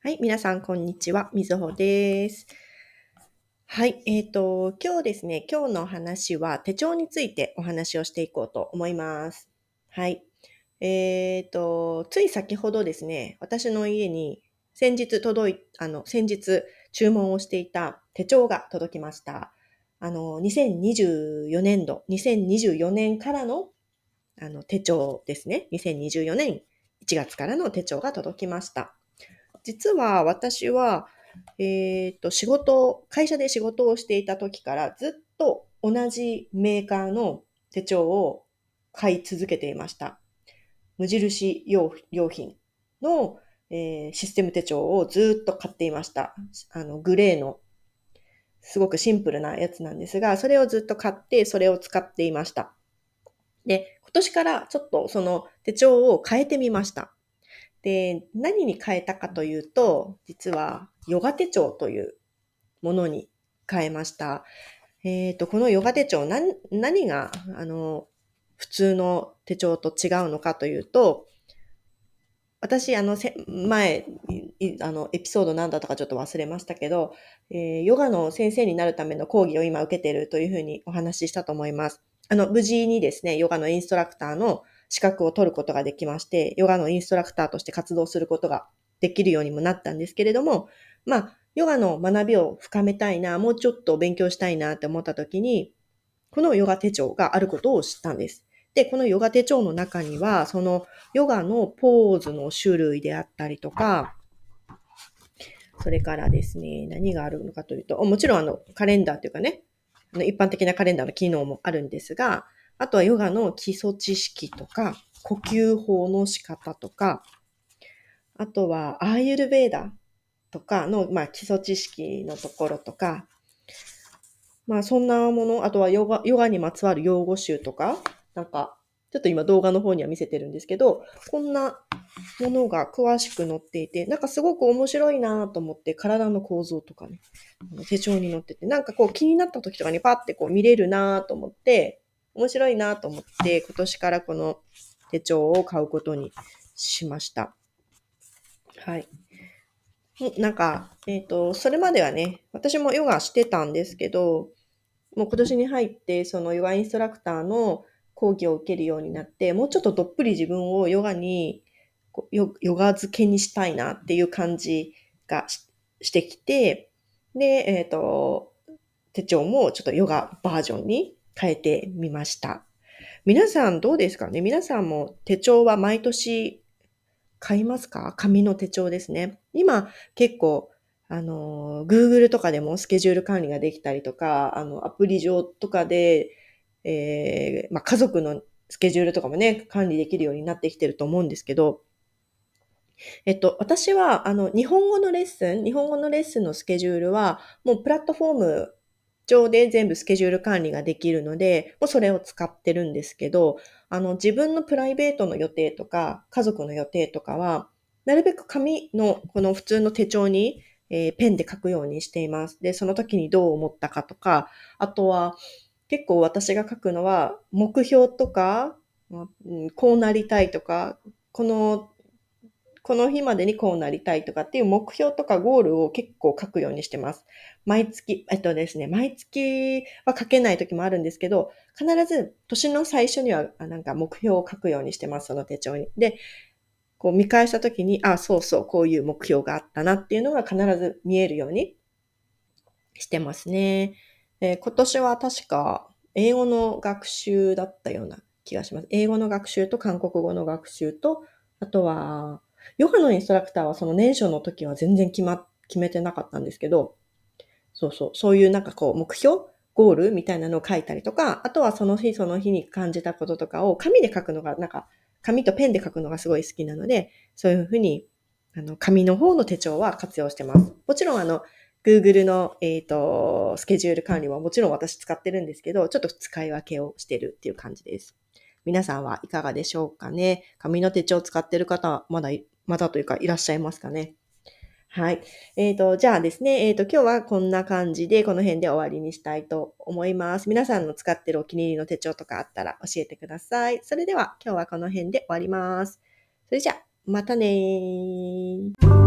はい、皆さん、こんにちは。みずほです。はい、今日ですね、今日の話は手帳についてお話をしていこうと思います。はい。つい先ほどですね、私の家に先日注文をしていた手帳が届きました。2024年からの手帳ですね。2024年1月からの手帳が届きました。実は私は、会社で仕事をしていた時からずっと同じメーカーの手帳を買い続けていました。無印良品の、システム手帳をずっと買っていました。グレーのすごくシンプルなやつなんですが、それをずっと買って、それを使っていました。で、今年からちょっとその手帳を変えてみました。で、何に変えたかというと、実はヨガ手帳というものに変えました。このヨガ手帳、何が、普通の手帳と違うのかというと、私、前、エピソード何だったかちょっと忘れましたけど、ヨガの先生になるための講義を今受けているというふうにお話ししたと思います。無事にですね、ヨガのインストラクターの資格を取ることができまして、ヨガのインストラクターとして活動することができるようにもなったんですけれども、ヨガの学びを深めたいな、もうちょっと勉強したいなって思った時に、このヨガ手帳があることを知ったんです。で、このヨガ手帳の中には、そのヨガのポーズの種類であったりとか、それからですね、何があるのかというと、もちろんカレンダーというかね、一般的なカレンダーの機能もあるんですが、あとはヨガの基礎知識とか、呼吸法の仕方とか、あとはアーユルヴェーダとかの、基礎知識のところとか、そんなもの、あとはヨガにまつわる用語集とか、ちょっと今動画の方には見せてるんですけど、こんなものが詳しく載っていて、すごく面白いなと思って、体の構造とかね、手帳に載ってて、気になった時とかにパッて見れるなと思って、面白いなと思って、今年からこの手帳を買うことにしました。はい。それまではね、私もヨガしてたんですけど、もう今年に入って、そのヨガインストラクターの講義を受けるようになって、もうちょっとどっぷり自分をヨガに、ヨガ漬けにしたいなっていう感じがしてきて、で、手帳もちょっとヨガバージョンに変えてみました。皆さんどうですかね？皆さんも手帳は毎年買いますか？紙の手帳ですね。今結構Google とかでもスケジュール管理ができたりとか、アプリ上とかで、家族のスケジュールとかもね、管理できるようになってきてると思うんですけど、私は、日本語のレッスンのスケジュールは、もうプラットフォーム上で全部スケジュール管理ができるので、もうそれを使ってるんですけど、自分のプライベートの予定とか、家族の予定とかは、なるべく紙のこの普通の手帳に、ペンで書くようにしています。で、その時にどう思ったかとか、あとは、結構私が書くのは、目標とか、こうなりたいとか、この日までにこうなりたいとかっていう目標とかゴールを結構書くようにしてます。毎月は書けない時もあるんですけど、必ず年の最初には目標を書くようにしてます、その手帳に。で、見返した時に、そうそう、こういう目標があったなっていうのが必ず見えるようにしてますね。今年は確か英語の学習だったような気がします。英語の学習と韓国語の学習と、あとは、ヨガのインストラクターはその年初の時は全然決めてなかったんですけど、そういう目標ゴールみたいなのを書いたりとか、あとはその日その日に感じたこととかを紙で書くのが、紙とペンで書くのがすごい好きなので、そういうふうに、紙の方の手帳は活用してます。もちろんGoogle の、スケジュール管理はもちろん私使ってるんですけど、ちょっと使い分けをしてるっていう感じです。皆さんはいかがでしょうかね？紙の手帳を使ってる方はまだというかいらっしゃいますかね？はい。じゃあですね、今日はこんな感じで、この辺で終わりにしたいと思います。皆さんの使ってるお気に入りの手帳とかあったら教えてください。それでは今日はこの辺で終わります。それじゃあ、またねー。